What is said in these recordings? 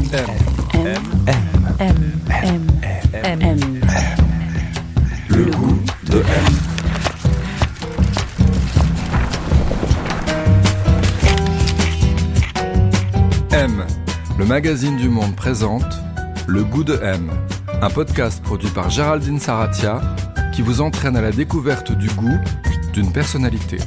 Le goût de M. M, le magazine du Monde présente Le goût de M, un podcast produit par Géraldine Saratia qui vous entraîne à la découverte du goût d'une personnalité.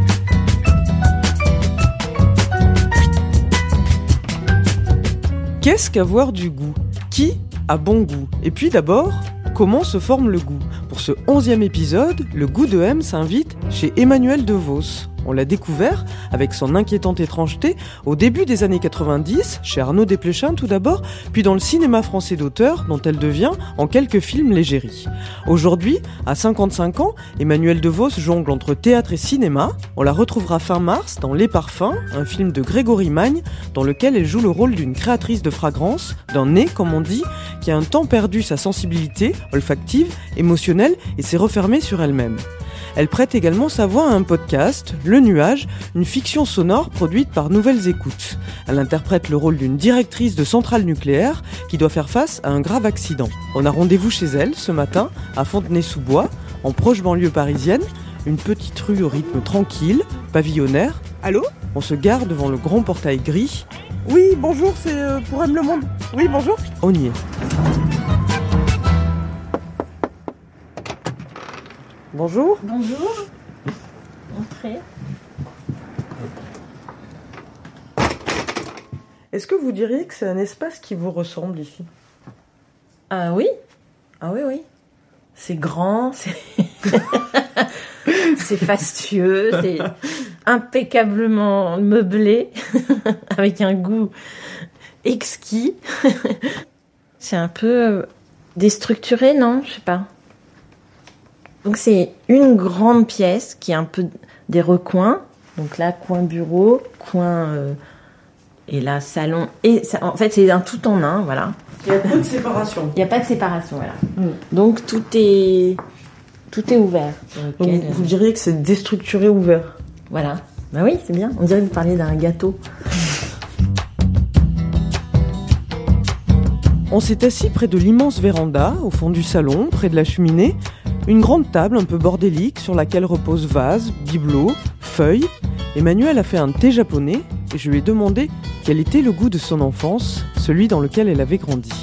Qu'est-ce qu'avoir du goût ? Qui a bon goût ? Et puis d'abord, comment se forme le goût ? Pour ce 11e épisode, le goût de M s'invite chez Emmanuel DeVos. On l'a découvert, avec son inquiétante étrangeté, au début des années 90, chez Arnaud Desplechin tout d'abord, puis dans le cinéma français d'auteur, dont elle devient, en quelques films, l'égérie. Aujourd'hui, à 55 ans, Emmanuel DeVos jongle entre théâtre et cinéma. On la retrouvera fin mars dans Les Parfums, un film de Grégory Magne, dans lequel elle joue le rôle d'une créatrice de fragrance, d'un nez, comme on dit, qui a un temps perdu sa sensibilité olfactive, émotionnelle, et s'est refermée sur elle-même. Elle prête également sa voix à un podcast, Le Nuage, une fiction sonore produite par Nouvelles Écoutes. Elle interprète le rôle d'une directrice de centrale nucléaire qui doit faire face à un grave accident. On a rendez-vous chez elle ce matin, à Fontenay-sous-Bois, en proche banlieue parisienne, une petite rue au rythme tranquille, pavillonnaire. Allô ? On se gare devant le grand portail gris. Oui, bonjour, c'est pour M le Monde. Oui, bonjour. On y est. Bonjour. Bonjour. Entrez. Est-ce que vous diriez que c'est un espace qui vous ressemble ici ? Oui. Ah oui. C'est grand, c'est fastueux, c'est impeccablement meublé, avec un goût exquis. C'est un peu déstructuré, non ? Je sais pas. Donc c'est une grande pièce qui est un peu des recoins. Donc là, coin bureau, coin et là salon. Et ça, en fait, c'est un tout en un, voilà. Il n'y a pas de séparation. Il n'y a pas de séparation, voilà. Donc tout est ouvert. Donc, vous diriez que c'est déstructuré ouvert. Voilà. Bah oui, c'est bien. On dirait que vous parliez d'un gâteau. On s'est assis près de l'immense véranda, au fond du salon, près de la cheminée. Une grande table un peu bordélique sur laquelle reposent vases, bibelots, feuilles. Emmanuel a fait un thé japonais et je lui ai demandé quel était le goût de son enfance, celui dans lequel elle avait grandi.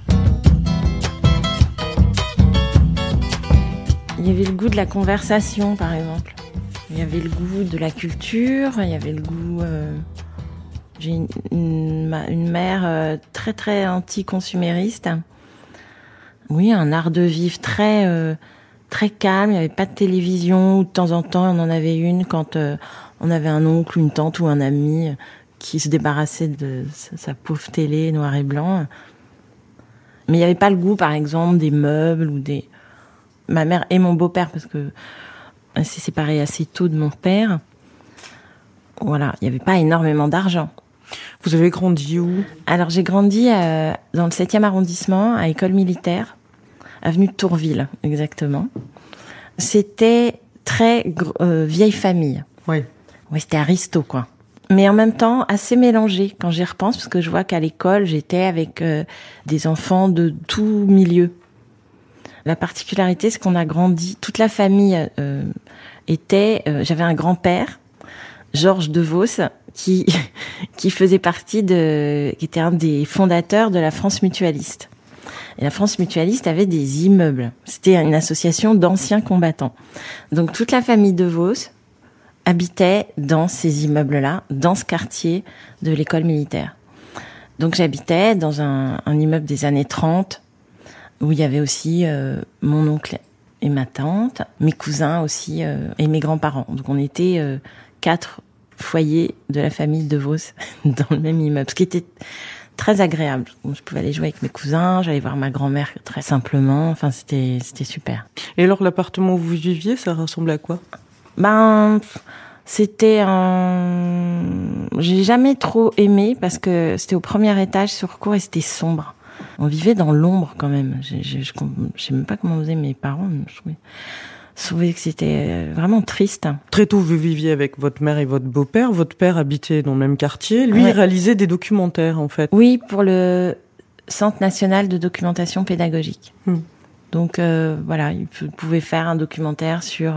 Il y avait le goût de la conversation, par exemple. Il y avait le goût de la culture, il y avait le goût... J'ai une mère très très anti-consumériste. Oui, un art de vivre très calme, il n'y avait pas de télévision, ou de temps en temps on en avait une quand on avait un oncle, une tante ou un ami qui se débarrassait de sa pauvre télé noir et blanc. Mais il n'y avait pas le goût, par exemple, des meubles ou des... Ma mère et mon beau-père, parce que elle s'est séparée assez tôt de mon père. Voilà, il n'y avait pas énormément d'argent. Vous avez grandi où ? Alors j'ai grandi dans le 7e arrondissement, à École Militaire, avenue de Tourville, exactement. C'était très vieille famille. Oui. Oui, c'était aristo, quoi. Mais en même temps, assez mélangé quand j'y repense, parce que je vois qu'à l'école, j'étais avec des enfants de tout milieu. La particularité, c'est qu'on a grandi, toute la famille était... j'avais un grand-père, Georges DeVos, qui faisait partie qui était un des fondateurs de la France Mutualiste. Et la France Mutualiste avait des immeubles. C'était une association d'anciens combattants. Donc toute la famille DeVos habitait dans ces immeubles-là, dans ce quartier de l'école militaire. Donc j'habitais dans un immeuble des années 30, où il y avait aussi mon oncle et ma tante, mes cousins aussi, et mes grands-parents. Donc on était 4 foyers de la famille DeVos dans le même immeuble, ce qui était très agréable. Je pouvais aller jouer avec mes cousins, j'allais voir ma grand-mère très simplement, enfin c'était super. Et alors l'appartement où vous viviez, ça ressemblait à quoi ? C'était j'ai jamais trop aimé parce que c'était au premier étage sur cour et c'était sombre. On vivait dans l'ombre quand même. Je sais même pas comment faisaient mes parents. Je trouvais que c'était vraiment triste. Très tôt, vous viviez avec votre mère et votre beau-père. Votre père habitait dans le même quartier. Lui, il réalisait des documentaires, en fait. Oui, pour le Centre national de documentation pédagogique. Donc, voilà, il pouvait faire un documentaire sur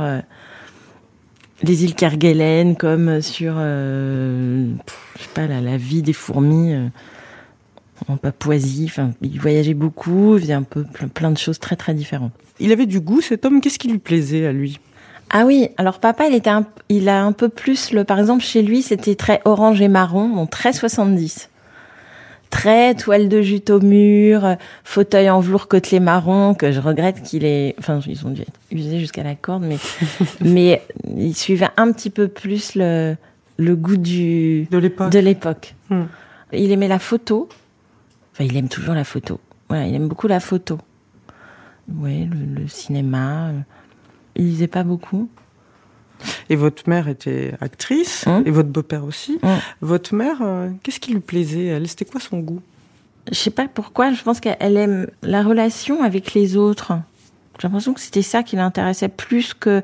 les îles Kerguelen, comme sur, je sais pas, la vie des fourmis en Papouasie. Enfin, il voyageait beaucoup, il faisait un peu plein de choses très, très différentes. Il avait du goût, cet homme. Qu'est-ce qui lui plaisait à lui ? Ah oui, alors papa, il a un peu plus par exemple, chez lui, c'était très orange et marron, donc très 70. Très toile de jute au mur, fauteuil en velours côtelé marron, que je regrette ils ont dû être usés jusqu'à la corde, mais il suivait un petit peu plus le goût de l'époque. Il aimait la photo. Enfin, il aime toujours la photo. Voilà, il aime beaucoup la photo. Ouais, le cinéma. Il lisait pas beaucoup. Et votre mère était actrice, et votre beau-père aussi. Votre mère, qu'est-ce qui lui plaisait, elle ? C'était quoi son goût ? Je sais pas pourquoi, je pense qu'elle aime la relation avec les autres. J'ai l'impression que c'était ça qui l'intéressait plus que...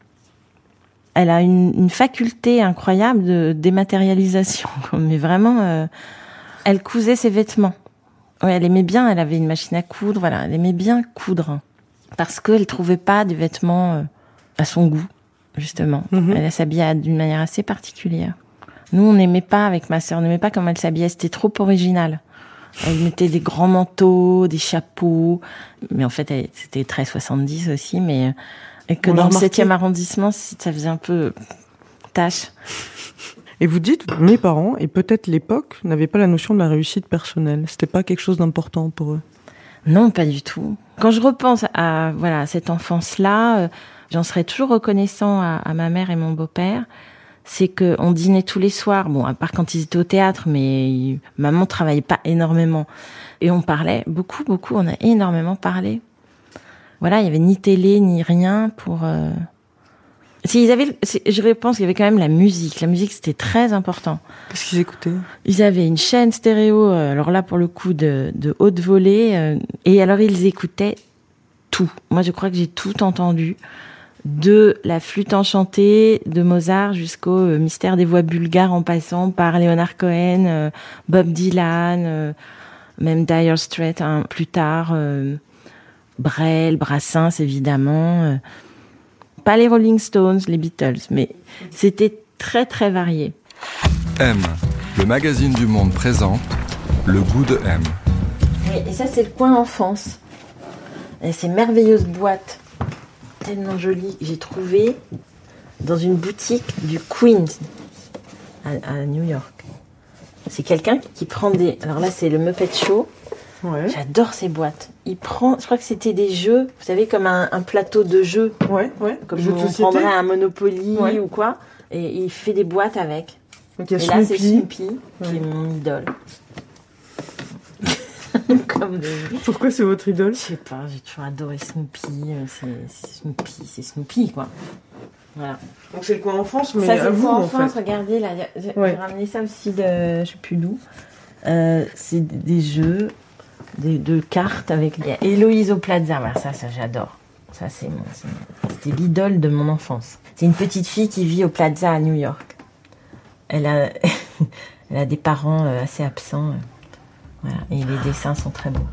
Elle a une faculté incroyable de dématérialisation. Mais vraiment, elle cousait ses vêtements. Ouais, elle aimait bien, elle avait une machine à coudre, voilà, elle aimait bien coudre. Parce qu'elle trouvait pas des vêtements à son goût, justement. Elle s'habillait d'une manière assez particulière. Nous, on n'aimait pas, avec ma sœur, on n'aimait pas comment elle s'habillait, c'était trop original. Elle mettait des grands manteaux, des chapeaux, mais en fait, c'était très 70 aussi, mais et que dans le 7e arrondissement, ça faisait un peu tâche. Et vous dites, mes parents, et peut-être l'époque, n'avaient pas la notion de la réussite personnelle. C'était pas quelque chose d'important pour eux. Non, pas du tout. Quand je repense à cette enfance-là, j'en serais toujours reconnaissant à ma mère et mon beau-père. C'est que on dînait tous les soirs, bon, à part quand ils étaient au théâtre, mais maman travaillait pas énormément. Et on parlait beaucoup, on a énormément parlé. Voilà, il y avait ni télé, ni rien pour... je pense qu'il y avait quand même la musique. La musique, c'était très important. Qu'est-ce qu'ils écoutaient ? Ils avaient une chaîne stéréo, alors là, pour le coup, de haute volée. Et alors, ils écoutaient tout. Moi, je crois que j'ai tout entendu. De la flûte enchantée de Mozart jusqu'au mystère des voix bulgares en passant par Leonard Cohen, Bob Dylan, même Dire Straits plus tard, Brel, Brassens, évidemment... Pas les Rolling Stones, les Beatles, mais c'était très très varié. M, le magazine du Monde présente le goût de M. Oui, et ça c'est le coin enfance. Et ces merveilleuses boîtes tellement jolies que j'ai trouvées dans une boutique du Queens à New York. C'est quelqu'un qui prend des... Alors là c'est le Muppet Show. Ouais. J'adore ces boîtes. Je crois que c'était des jeux, vous savez, comme un plateau de jeux. Ouais. Comme on prendrait un Monopoly ou quoi. Et il fait des boîtes avec. Donc, et là, c'est Snoopy, qui est mon idole. Pourquoi c'est votre idole ? Je sais pas, j'ai toujours adoré Snoopy. C'est Snoopy, quoi. Voilà. Donc c'est le coin enfance, mais ça, c'est à le vous, coin en enfance, fait. Regardez, là, j'ai ramené ça aussi de... Je sais plus d'où. C'est des jeux... de cartes avec Héloïse au Plaza. Voilà, ça j'adore. Ça c'était l'idole de mon enfance. C'est une petite fille qui vit au Plaza à New York. Elle a des parents assez absents. Voilà, et les dessins sont très beaux.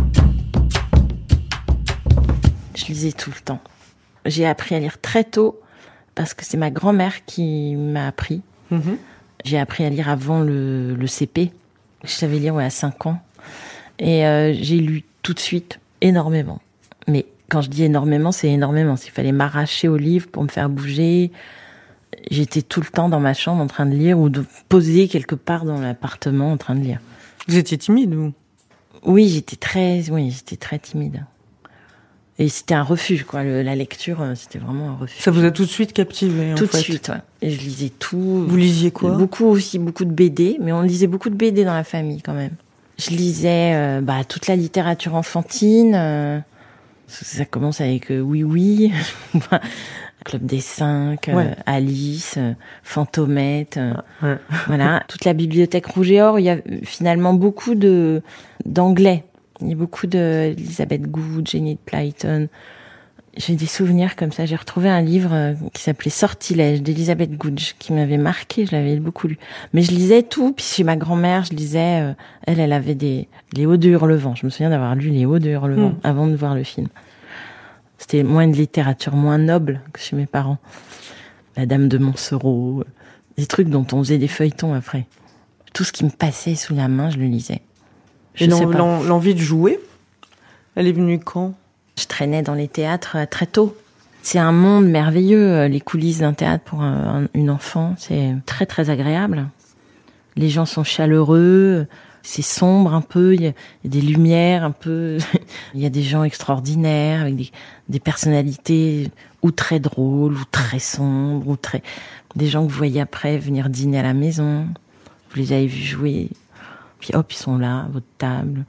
Je lisais tout le temps. J'ai appris à lire très tôt parce que c'est ma grand-mère qui m'a appris. J'ai appris à lire avant le CP. Je savais lire à 5 ans. Et j'ai lu tout de suite énormément. Mais quand je dis énormément, c'est énormément. S'il fallait m'arracher au livre pour me faire bouger, j'étais tout le temps dans ma chambre en train de lire ou de poser quelque part dans l'appartement en train de lire. Vous étiez timide, vous ? Oui, j'étais très timide. Et c'était un refuge, quoi. La lecture, c'était vraiment un refuge. Ça vous a tout de suite captivé, en fait ? Tout de suite, ouais. Et je lisais tout. Vous lisiez quoi ? Beaucoup de BD, mais on lisait beaucoup de BD dans la famille, quand même. Je lisais toute la littérature enfantine. Ça commence avec Oui, Club des 5, Alice, Fantomette. Voilà, toute la bibliothèque Rouge et Or. Il y a finalement beaucoup d'anglais. Il y a beaucoup d'Elizabeth Good, Jenny Plyton. J'ai des souvenirs comme ça. J'ai retrouvé un livre qui s'appelait Sortilège d'Elisabeth Gouge, qui m'avait marqué. Je l'avais beaucoup lu. Mais je lisais tout. Puis chez ma grand-mère, je lisais. Elle avait les Hauts de Hurlevent. Je me souviens d'avoir lu les Hauts de Hurlevent avant de voir le film. C'était moins une littérature moins noble que chez mes parents. La Dame de Montsoreau, des trucs dont on faisait des feuilletons après. Tout ce qui me passait sous la main, je le lisais. Et l'envie de jouer, elle est venue quand ? Je traînais dans les théâtres très tôt. C'est un monde merveilleux, les coulisses d'un théâtre pour une enfant. C'est très, très agréable. Les gens sont chaleureux, c'est sombre un peu, il y a des lumières un peu. Il y a des gens extraordinaires, avec des personnalités ou très drôles, ou très sombres, ou des gens que vous voyez après venir dîner à la maison. Vous les avez vus jouer, puis hop, ils sont là, à votre table.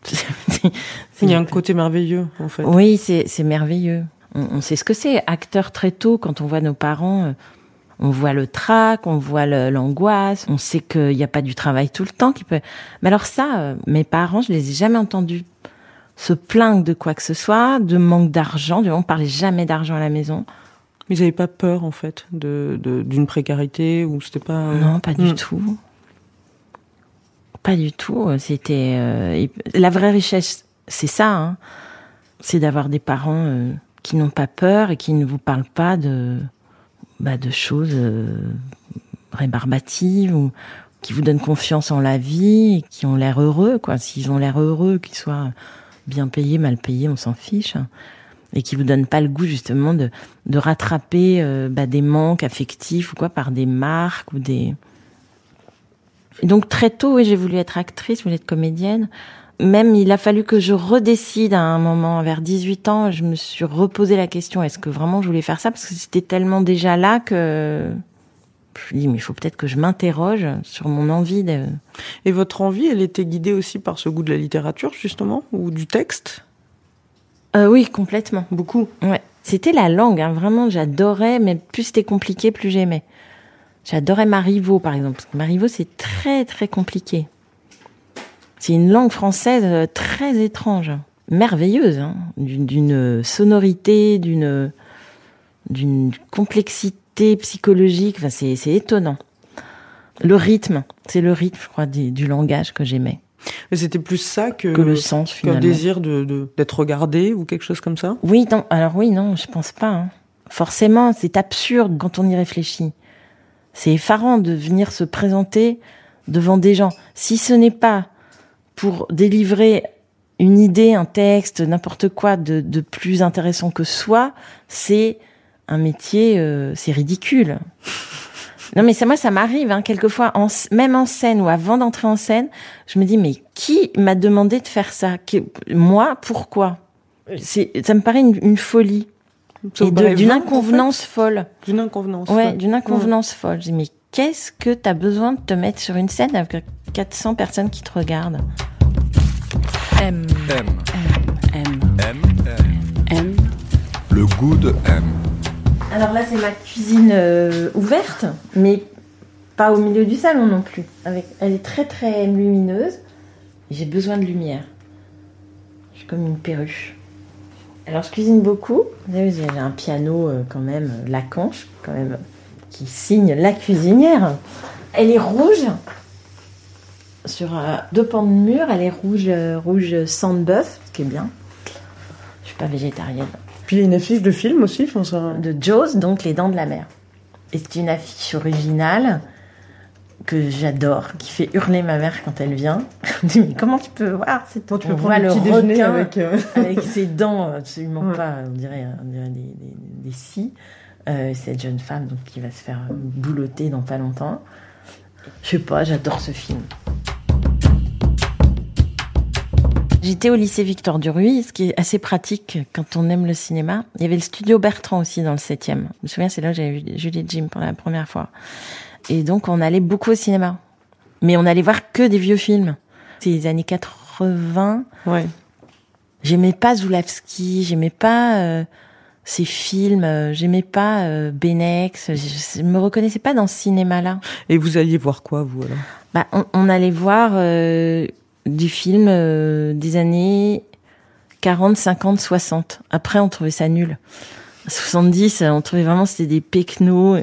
Il y a un côté merveilleux, en fait. Oui, c'est merveilleux. On sait ce que c'est. Acteur très tôt, quand on voit nos parents, on voit le trac, on voit l'angoisse, on sait qu'il n'y a pas du travail tout le temps. Mais alors ça, mes parents, je les ai jamais entendus se plaindre de quoi que ce soit, de manque d'argent. On parlait jamais d'argent à la maison. Mais ils n'avaient pas peur, en fait, d'une précarité, ou c'était pas... Non, pas du tout. Pas du tout. C'était la vraie richesse, c'est ça. Hein. C'est d'avoir des parents qui n'ont pas peur et qui ne vous parlent pas de choses rébarbatives ou qui vous donnent confiance en la vie et qui ont l'air heureux, quoi. S'ils ont l'air heureux, qu'ils soient bien payés, mal payés, on s'en fiche. Et qui vous donnent pas le goût justement de rattraper des manques affectifs ou quoi par des marques ou des... Et donc très tôt, oui, j'ai voulu être actrice, je voulais être comédienne. Même il a fallu que je redécide à un moment, vers 18 ans, je me suis reposé la question, est-ce que vraiment je voulais faire ça ? Parce que c'était tellement déjà là que je me dis, mais il faut peut-être que je m'interroge sur mon envie de... Et votre envie, elle était guidée aussi par ce goût de la littérature, justement, ou du texte ? Oui, complètement. Beaucoup. Ouais. C'était la langue, hein, vraiment, j'adorais, mais plus c'était compliqué, plus j'aimais. J'adorais Marivaux, par exemple. Parce que Marivaux, c'est très, très compliqué. C'est une langue française très étrange. Merveilleuse, hein. D'une sonorité, d'une complexité psychologique. Enfin, c'est étonnant. Le rythme, c'est le rythme, je crois, du langage que j'aimais. Mais c'était plus ça que le sens, finalement. Qu'un désir d'être regardé ou quelque chose comme ça ? Oui, non. Alors oui, non, je pense pas. Hein. Forcément, c'est absurde quand on y réfléchit. C'est effarant de venir se présenter devant des gens. Si ce n'est pas pour délivrer une idée, un texte, n'importe quoi de plus intéressant que soi, c'est un métier, c'est ridicule. Non mais ça m'arrive, hein, quelquefois, même en scène ou avant d'entrer en scène, je me dis, mais qui m'a demandé de faire ça ? Moi, pourquoi ? Ça me paraît une folie. Et d'une inconvenance folle. D'une inconvenance. Ouais, d'une inconvenance folle. Je dis, mais qu'est-ce que t'as besoin de te mettre sur une scène avec 400 personnes qui te regardent ? M. Le goût de M. Alors là, c'est ma cuisine ouverte, mais pas au milieu du salon non plus. Elle est très très lumineuse. Et j'ai besoin de lumière. Je suis comme une perruche. Alors, je cuisine beaucoup. Vous avez vu, j'ai un piano quand même, Lacanche, quand même, qui signe la cuisinière. Elle est rouge. Sur 2 pans de mur, elle est rouge sang de bœuf, ce qui est bien. Je suis pas végétarienne. Puis il y a une affiche de film aussi, ça... De Jaws, donc Les Dents de la Mer. Et c'est une affiche originale que j'adore, qui fait hurler ma mère quand elle vient. Je me dis, mais comment tu peux voir cette... Quand tu peux prendre le petit déjeuner avec ses dents absolument pas, on dirait des scies. Cette jeune femme donc, qui va se faire boulotter dans pas longtemps. Je sais pas, j'adore ce film. J'étais au lycée Victor Duruy, ce qui est assez pratique quand on aime le cinéma. Il y avait le studio Bertrand aussi dans le 7e. Je me souviens, c'est là où j'avais vu Julie Jim pour la première fois. Et donc, on allait beaucoup au cinéma. Mais on allait voir que des vieux films. C'est les années 80. Ouais. J'aimais pas Zulawski, j'aimais pas ces films, j'aimais pas Benex. Je me reconnaissais pas dans ce cinéma-là. Et vous alliez voir quoi, vous, alors ? On allait voir du film des années 40, 50, 60. Après, on trouvait ça nul. 70, on trouvait vraiment c'était des péquenots.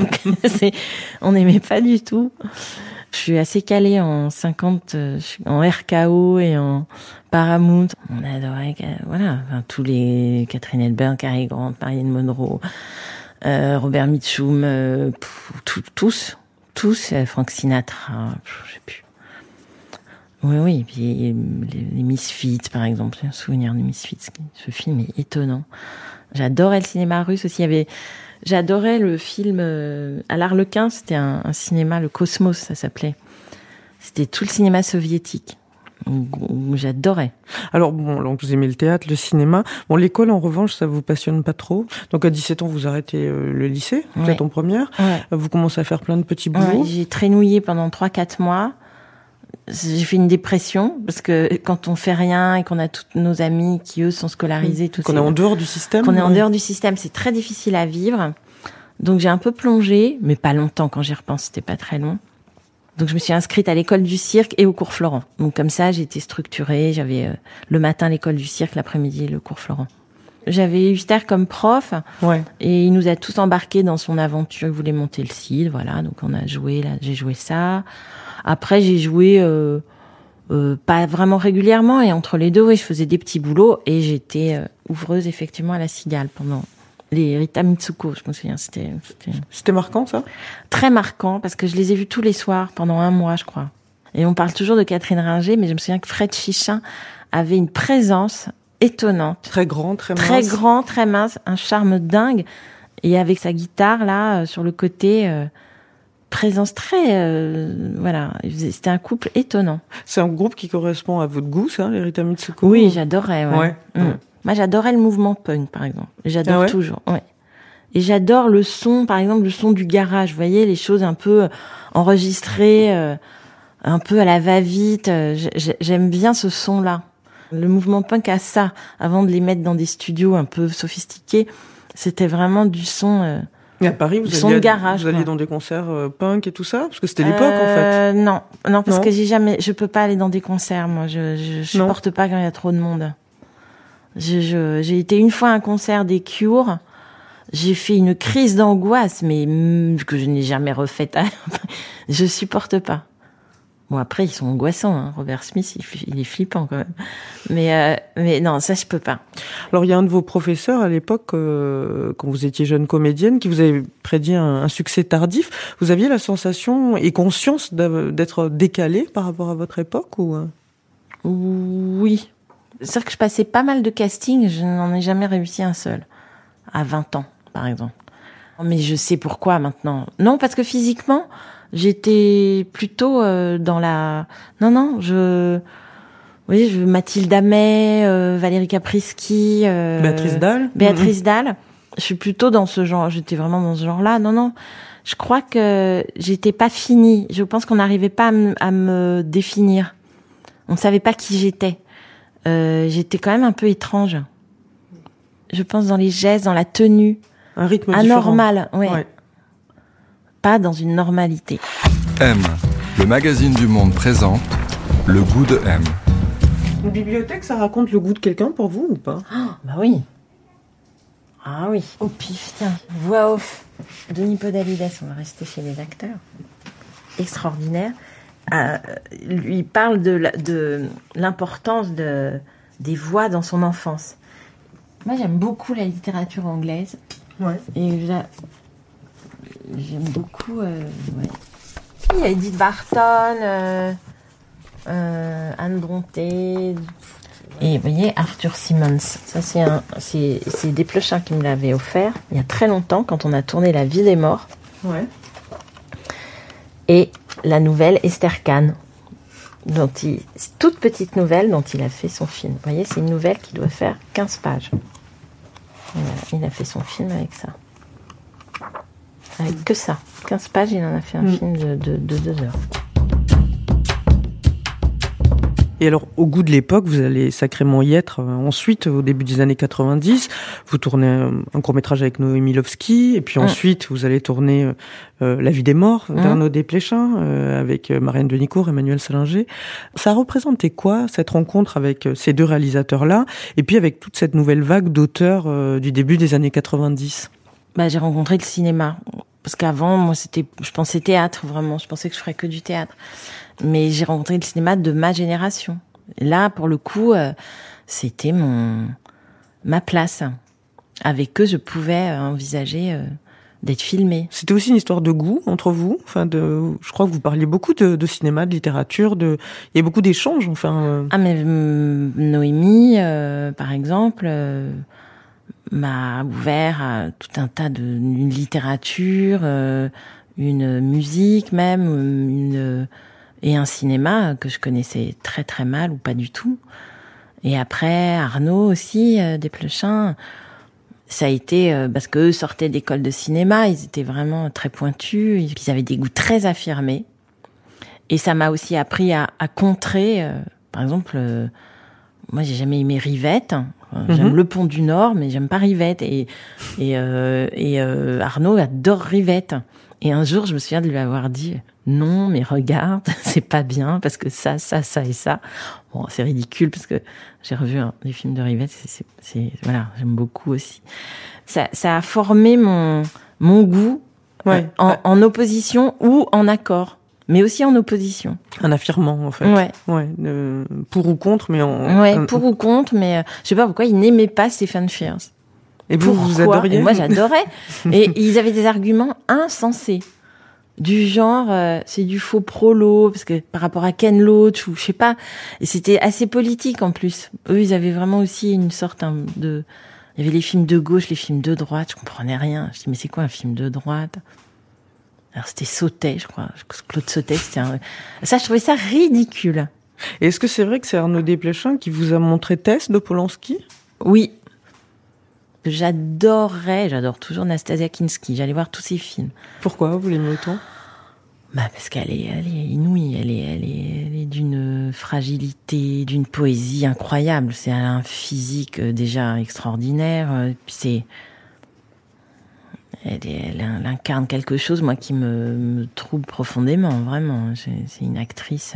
On n'aimait pas du tout. Je suis assez calée en 50, en RKO et en Paramount. On adorait, voilà, enfin, tous les Catherine Hepburn, Cary Grant, Marilyn Monroe, Robert Mitchum, tous, Frank Sinatra, je sais plus. Oui, et puis les Misfits, par exemple, j'ai un souvenir de Misfits. Ce film est étonnant. J'adorais le cinéma russe aussi. J'adorais le film à l'Arlequin, c'était un cinéma, le Cosmos, ça s'appelait. C'était tout le cinéma soviétique. J'adorais. Alors bon, donc vous aimez le théâtre, le cinéma. Bon, l'école en revanche, ça vous passionne pas trop. Donc à 17 ans, vous arrêtez le lycée, vous êtes en première. Ouais. Vous commencez à faire plein de petits boulots. Ouais, j'ai traînouillé pendant 3-4 mois. J'ai fait une dépression parce que quand on fait rien et qu'on a tous nos amis qui eux sont scolarisés, qu'on est en dehors du système. Qu'on est en dehors du système, c'est très difficile à vivre. Donc j'ai un peu plongé, mais pas longtemps. Quand j'y repense, c'était pas très long. Donc je me suis inscrite à l'école du cirque et au cours Florent. Donc comme ça, j'ai été structurée. J'avais le matin l'école du cirque, l'après-midi le cours Florent. J'avais Huster comme prof, ouais. Et il nous a tous embarqués dans son aventure. Il voulait monter le CID, voilà. Donc on a joué, là, j'ai joué ça. Après, j'ai joué pas vraiment régulièrement, et entre les deux, oui, je faisais des petits boulots, et j'étais ouvreuse effectivement à la Cigale pendant les Rita Mitsuko, je me souviens. C'était marquant, ça ? Très marquant, parce que je les ai vus tous les soirs pendant 1 mois, je crois. Et on parle toujours de Catherine Ringer, mais je me souviens que Fred Chichin avait une présence étonnante. Très grand, très mince. Très grand, très mince, un charme dingue, et avec sa guitare là sur le côté. Présence très voilà, c'était un couple étonnant. C'est un groupe qui correspond à votre goût, ça, les Rita Mitsuko? Oui, j'adorais. Ouais. Moi, j'adorais le mouvement punk, par exemple. J'adore toujours. Ouais. Et j'adore le son, par exemple, le son du garage. Vous voyez, les choses un peu enregistrées, un peu à la va-vite. J'aime bien ce son-là. Le mouvement punk a ça. Avant de les mettre dans des studios un peu sophistiqués, c'était vraiment du son. Et à Paris, vous alliez dans des concerts punk et tout ça? Parce que c'était l'époque, en fait. Non, parce que je peux pas aller dans des concerts, moi. Je supporte pas quand il y a trop de monde. J'ai été une fois à un concert des Cure. J'ai fait une crise d'angoisse, mais que je n'ai jamais refaite. Je supporte pas. Bon, après, ils sont angoissants, hein. Robert Smith, il est flippant, quand même. Mais non, ça, je peux pas. Alors, il y a un de vos professeurs, à l'époque, quand vous étiez jeune comédienne, qui vous avait prédit un succès tardif. Vous aviez la sensation et conscience d'être décalée par rapport à votre époque, ou? Oui. C'est-à-dire que je passais pas mal de castings, je n'en ai jamais réussi un seul. À 20 ans, par exemple. Mais je sais pourquoi, maintenant. Non, parce que physiquement, j'étais plutôt dans la... Non, Mathilde Amet, Valérie Caprisky... Béatrice Dalle. Béatrice Dalle. Je suis plutôt dans ce genre, j'étais vraiment dans ce genre-là. Non, je crois que j'étais pas finie. Je pense qu'on n'arrivait pas à me définir. On ne savait pas qui j'étais. J'étais quand même un peu étrange. Je pense dans les gestes, dans la tenue. Un rythme anormal, ouais. Pas dans une normalité. M, le magazine du Monde présente le goût de M. Une bibliothèque, ça raconte le goût de quelqu'un pour vous ou pas? Bah oui. Ah oui. Au pif, tiens. Voix off. Denis Podalides, on va rester chez les acteurs. Extraordinaire. Lui parle de l'importance des voix dans son enfance. Moi, j'aime beaucoup la littérature anglaise. Ouais. Et j'aime beaucoup. Il y a Edith Wharton, Anne Brontë. Et vous voyez, Arthur Symons. Ça, c'est Desplechin qui me l'avait offert il y a très longtemps, quand on a tourné La Vie des morts. Ouais. Et la nouvelle Esther Kahn, toute petite nouvelle dont il a fait son film. Vous voyez, c'est une nouvelle qui doit faire 15 pages. Voilà, il a fait son film avec ça. Avec que ça. 15 pages, il en a fait un film de 2 heures. Et alors, au goût de l'époque, vous allez sacrément y être ensuite, au début des années 90. Vous tournez un court-métrage avec Noémie Lovski, et puis ensuite, vous allez tourner La vie des morts d'Arnaud Desplechin, avec Marianne Denicourt, Emmanuel Salinger. Ça représentait quoi, cette rencontre avec ces deux réalisateurs-là, et puis avec toute cette nouvelle vague d'auteurs du début des années 90? J'ai rencontré le cinéma. Parce qu'avant, moi, je pensais théâtre, vraiment. Je pensais que je ferais que du théâtre. Mais j'ai rencontré le cinéma de ma génération. Et là, pour le coup, c'était ma place. Avec eux, je pouvais envisager d'être filmée. C'était aussi une histoire de goût entre vous. Je crois que vous parliez beaucoup de cinéma, de littérature. Il y a beaucoup d'échanges. Mais Noémie, par exemple, m'a ouvert à tout un tas une littérature, une musique même, et un cinéma que je connaissais très très mal ou pas du tout. Et après Arnaud aussi, Desplechin, ça a été parce qu'eux sortaient d'école de cinéma, ils étaient vraiment très pointus, ils avaient des goûts très affirmés. Et ça m'a aussi appris à contrer. Par exemple, moi j'ai jamais aimé Rivette. J'aime Le Pont du Nord, mais j'aime pas Rivette. Et Arnaud adore Rivette. Et un jour, je me souviens de lui avoir dit non, mais regarde, c'est pas bien parce que ça et ça. Bon, c'est ridicule parce que j'ai revu des films de Rivette. Voilà, j'aime beaucoup aussi. Ça a formé mon goût en opposition ou en accord. Mais aussi en opposition. Un affirmant, en fait. Ouais. Pour ou contre, mais pour ou contre, mais je sais pas pourquoi ils n'aimaient pas Stephen Frears. Et vous adoriez? Et moi, j'adorais. Et ils avaient des arguments insensés. Du genre, c'est du faux prolo, parce que par rapport à Ken Loach, ou je sais pas. Et c'était assez politique, en plus. Eux, ils avaient vraiment aussi une sorte de... Il y avait les films de gauche, les films de droite, je comprenais rien. Je dis, mais c'est quoi un film de droite? Alors c'était Sautet, je crois. Claude Sautet, ça, je trouvais ça ridicule. Et est-ce que c'est vrai que c'est Arnaud Desplechin qui vous a montré Tess de Polanski? Oui. J'adore toujours Nastasia Kinski. J'allais voir tous ses films. Pourquoi vous l'aimez autant? Parce qu'elle est inouïe. Elle est d'une fragilité, d'une poésie incroyable. Elle a un physique déjà extraordinaire. Puis elle incarne quelque chose, moi, qui me trouble profondément, vraiment. C'est une actrice.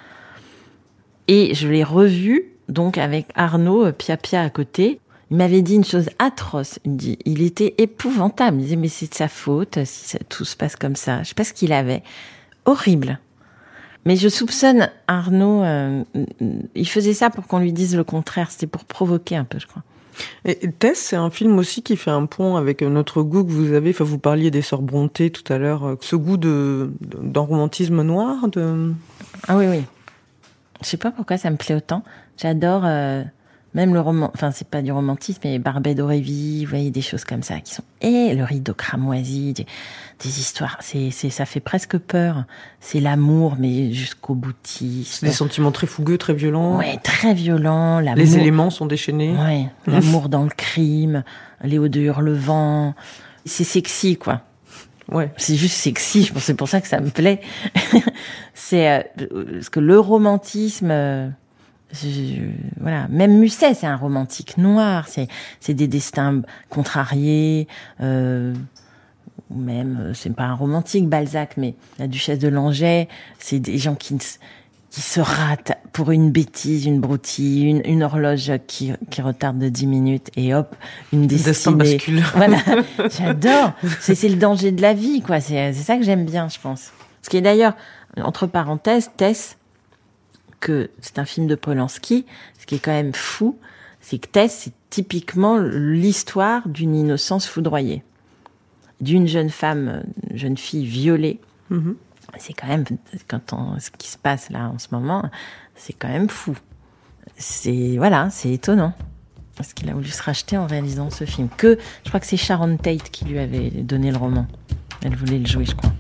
Et je l'ai revue, donc, avec Arnaud Pia à côté. Il m'avait dit une chose atroce. Il était épouvantable. Il disait, mais c'est de sa faute si tout se passe comme ça. Je sais pas ce qu'il avait. Horrible. Mais je soupçonne Arnaud, il faisait ça pour qu'on lui dise le contraire. C'était pour provoquer un peu, je crois. Et Tess, c'est un film aussi qui fait un pont avec notre goût que vous avez. Enfin, vous parliez des Sœurs Brontë tout à l'heure. Ce goût d'un romantisme noir. Ah oui. Je sais pas pourquoi ça me plaît autant. J'adore même le roman. Enfin, c'est pas du romantisme, mais Barbet d'Aurevilly, vous voyez, des choses comme ça qui sont. Et le rideau cramoisi, des histoires. Ça fait presque peur. C'est l'amour, mais jusqu'au boutiste. Des sentiments très fougueux, très violents. Ouais, très violents. Les éléments sont déchaînés. Ouais, l'amour dans le crime, Léo de Hurlevent. C'est sexy, quoi. Ouais. C'est juste sexy, je pense, c'est pour ça que ça me plaît. C'est parce que le romantisme, voilà, même Musset, c'est un romantique noir, c'est des destins contrariés, ou même, c'est pas un romantique, Balzac, mais la Duchesse de Langeais, c'est des gens qui se ratent pour une bêtise, une broutille, une horloge qui retarde de 10 minutes et hop, une destinée. Destin bascule. Voilà. J'adore. C'est le danger de la vie, quoi. C'est ça que j'aime bien, je pense. Ce qui est d'ailleurs, entre parenthèses, Tess, que c'est un film de Polanski, ce qui est quand même fou, c'est que Tess, c'est typiquement l'histoire d'une innocence foudroyée. D'une jeune fille violée. Mm-hmm. C'est quand même, ce qui se passe là en ce moment, c'est quand même fou. C'est étonnant. Parce qu'il a voulu se racheter en réalisant ce film. Je crois que c'est Sharon Tate qui lui avait donné le roman. Elle voulait le jouer, je crois.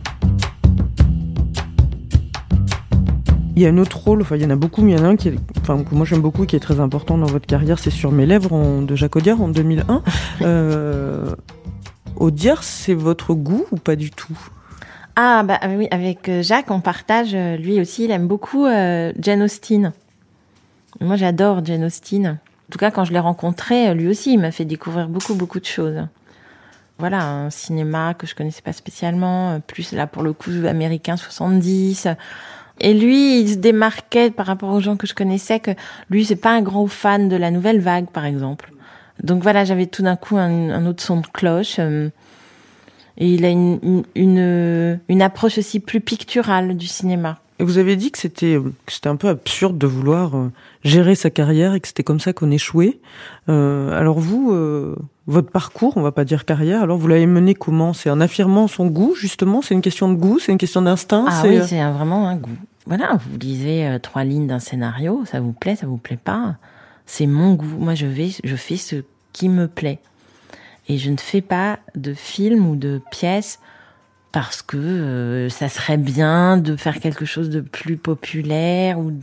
Il y a un autre rôle, il y en a beaucoup, mais il y en a un que moi j'aime beaucoup, qui est très important dans votre carrière, c'est Sur mes lèvres de Jacques Audiard en 2001. Audiard, c'est votre goût ou pas du tout? Oui, avec Jacques, on partage, lui aussi, il aime beaucoup Jane Austen. Moi, j'adore Jane Austen. En tout cas, quand je l'ai rencontré, lui aussi, il m'a fait découvrir beaucoup de choses. Voilà, un cinéma que je connaissais pas spécialement, plus là pour le coup américain 70. Et lui, il se démarquait par rapport aux gens que je connaissais, que lui, c'est pas un grand fan de la nouvelle vague, par exemple. Donc voilà, j'avais tout d'un coup un autre son de cloche. Et il a une approche aussi plus picturale du cinéma. Et vous avez dit que c'était un peu absurde de vouloir gérer sa carrière et que c'était comme ça qu'on échouait. Alors vous, votre parcours, on va pas dire carrière, alors vous l'avez mené comment ? C'est en affirmant son goût, justement ? C'est une question de goût ? C'est une question d'instinct ? Oui, c'est vraiment un goût. Voilà, vous lisez 3 lignes d'un scénario, ça vous plaît pas ? C'est mon goût. Moi, je fais ce qui me plaît. Et je ne fais pas de film ou de pièce parce que ça serait bien de faire quelque chose de plus populaire ou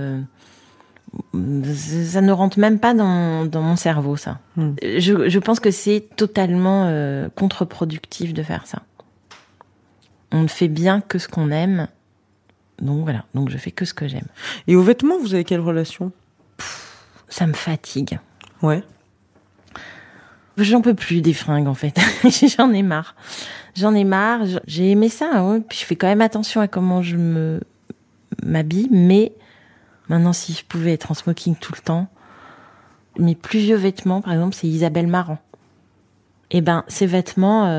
ça ne rentre même pas dans mon cerveau, ça. Je pense que c'est totalement contre-productif de faire ça. On ne fait bien que ce qu'on aime. Donc voilà, donc je fais que ce que j'aime. Et aux vêtements, vous avez quelle relation ? Ça me fatigue. Ouais. J'en peux plus des fringues, en fait. J'en ai marre. J'ai aimé ça, ouais. Puis je fais quand même attention à comment je m'habille, mais maintenant, si je pouvais être en smoking tout le temps, mes plus vieux vêtements, par exemple, c'est Isabelle Marant. Eh ben, ces vêtements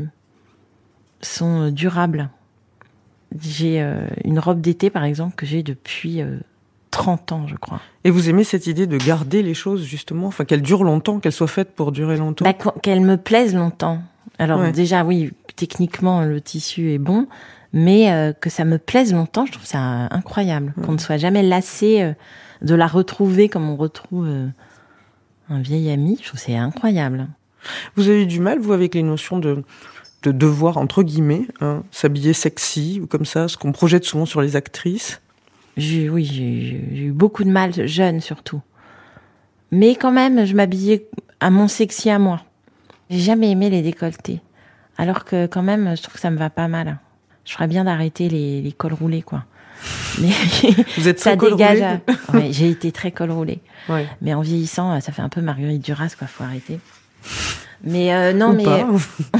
sont durables. J'ai une robe d'été, par exemple, que j'ai depuis 30 ans, je crois. Et vous aimez cette idée de garder les choses, justement, enfin, qu'elles durent longtemps, qu'elles soient faites pour durer longtemps ? Qu'elles me plaisent longtemps. Alors déjà, oui, techniquement, le tissu est bon, mais que ça me plaise longtemps, je trouve ça incroyable. Qu'on ne soit jamais lassé de la retrouver comme on retrouve un vieil ami, je trouve que c'est incroyable. Vous avez eu du mal, vous, avec les notions de devoir, entre guillemets, s'habiller sexy, ou comme ça, ce qu'on projette souvent sur les actrices ? J'ai eu beaucoup de mal, jeune surtout. Mais quand même, je m'habillais à mon sexy à moi. J'ai jamais aimé les décolletés. Alors que quand même, je trouve que ça me va pas mal. Je ferais bien d'arrêter les cols roulés, quoi. Mais vous êtes ça col dégage. roulé. Ouais, j'ai été très col roulé. Ouais. Mais en vieillissant, ça fait un peu Marguerite Duras, quoi. Faut arrêter. Mais non, ou mais. Pas.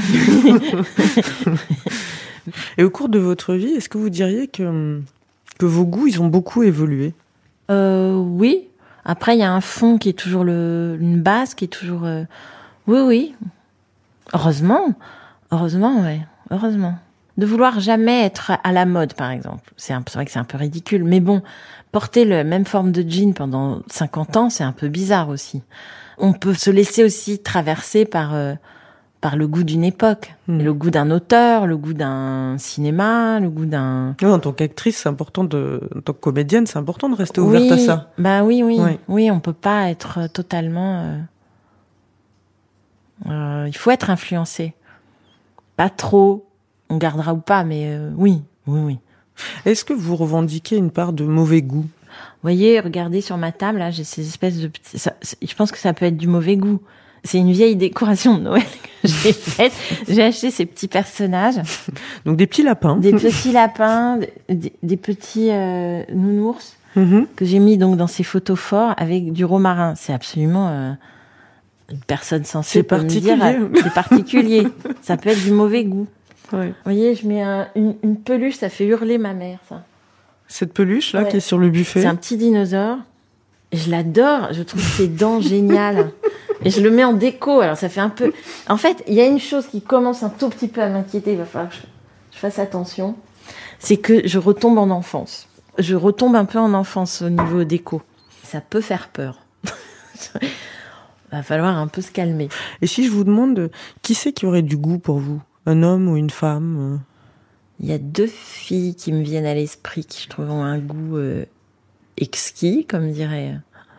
Et au cours de votre vie, est-ce que vous diriez que vos goûts, ils ont beaucoup évolué ? Oui. Après, il y a un fond qui est toujours une base qui est toujours. Oui. Heureusement, ouais. Heureusement. De vouloir jamais être à la mode, par exemple. C'est vrai que c'est un peu ridicule. Mais bon, porter la même forme de jean pendant 50 ans, c'est un peu bizarre aussi. On peut se laisser aussi traverser par le goût d'une époque. Le goût d'un auteur, le goût d'un cinéma, le goût d'un... En tant qu'actrice, c'est important en tant que comédienne, c'est important de rester ouverte à ça. Bah oui. Ouais. Oui, on peut pas être totalement... il faut être influencé. Pas trop, on gardera ou pas, mais oui. Est-ce que vous revendiquez une part de mauvais goût ? Vous voyez, regardez sur ma table, là, j'ai ces espèces de petits... je pense que ça peut être du mauvais goût. C'est une vieille décoration de Noël que j'ai faite. J'ai acheté ces petits personnages. Donc des petits lapins. Des petits lapins, des petits nounours que j'ai mis donc dans ces photos forts avec du romarin. C'est absolument... une personne sensée peut me dire... C'est particulier. Ça peut être du mauvais goût. Ouais. Vous voyez, je mets une peluche, ça fait hurler ma mère, ça. Cette peluche-là qui est sur le buffet. C'est un petit dinosaure. Et je l'adore. Je trouve ses dents géniales. Et je le mets en déco. Alors, ça fait un peu... En fait, il y a une chose qui commence un tout petit peu à m'inquiéter. Il va falloir que je fasse attention. C'est que je retombe en enfance. Je retombe un peu en enfance au niveau déco. Ça peut faire peur. Va falloir un peu se calmer. Et si je vous demande, qui c'est qui aurait du goût pour vous ? Un homme ou une femme ? Il y a 2 filles qui me viennent à l'esprit qui, je trouve, ont un goût exquis, comme dirait.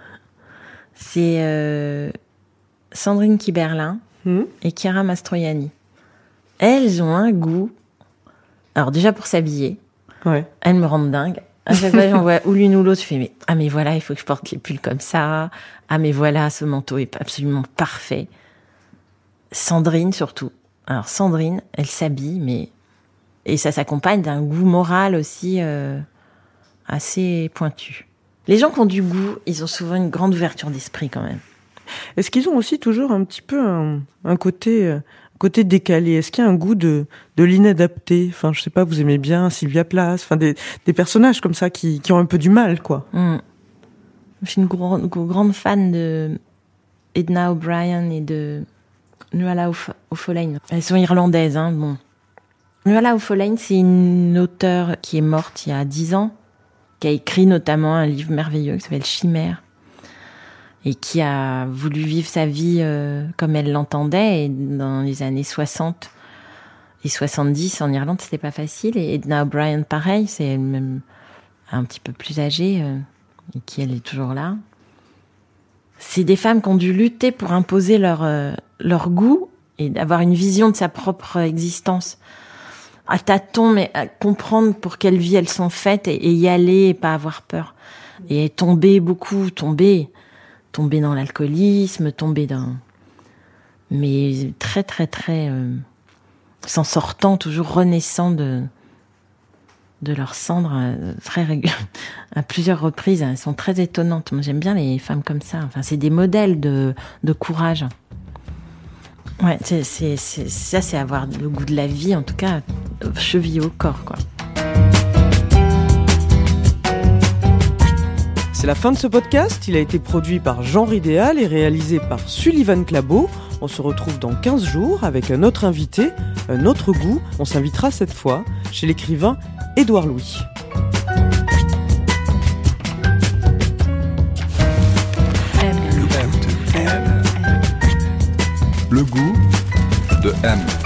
C'est Sandrine Kiberlin et Chiara Mastroianni. Elles ont un goût. Alors déjà pour s'habiller, elles me rendent dingue. À chaque fois, j'en vois ou l'une ou l'autre, je fais mais voilà, il faut que je porte les pulls comme ça. Ah mais voilà, ce manteau est absolument parfait. Sandrine surtout. Alors Sandrine, elle s'habille, et ça s'accompagne d'un goût moral aussi assez pointu. Les gens qui ont du goût, ils ont souvent une grande ouverture d'esprit quand même. Est-ce qu'ils ont aussi toujours un petit peu un côté décalé? Est-ce qu'il y a un goût de l'inadapté? Enfin, je sais pas, vous aimez bien Sylvia Plath, enfin des personnages comme ça qui ont un peu du mal, quoi. Je suis une grande fan de Edna O'Brien et de Nuala O'Folaine. Elles sont irlandaises, hein, bon. Nuala O'Folaine, c'est une auteure qui est morte il y a 10 ans, qui a écrit notamment un livre merveilleux qui s'appelle Chimère, et qui a voulu vivre sa vie comme elle l'entendait. Et dans les années 60 et 70, en Irlande, c'était pas facile. Et Edna O'Brien, pareil, c'est elle-même un petit peu plus âgée, et qui, elle, est toujours là. C'est des femmes qui ont dû lutter pour imposer leur goût et d'avoir une vision de sa propre existence. À tâtons, mais à comprendre pour quelle vie elles sont faites et y aller et pas avoir peur. Et tomber dans l'alcoolisme, mais très, très, très, s'en sortant, toujours renaissant de leurs cendres, à plusieurs reprises. Elles sont très étonnantes. Moi, j'aime bien les femmes comme ça. Enfin, c'est des modèles de courage. Ouais, c'est avoir le goût de la vie, en tout cas, chevillé au corps, quoi. C'est la fin de ce podcast. Il a été produit par Genre Idéal et réalisé par Sullivan Clabot. On se retrouve dans 15 jours avec un autre invité, un autre goût. On s'invitera cette fois chez l'écrivain Édouard Louis. Le goût de M.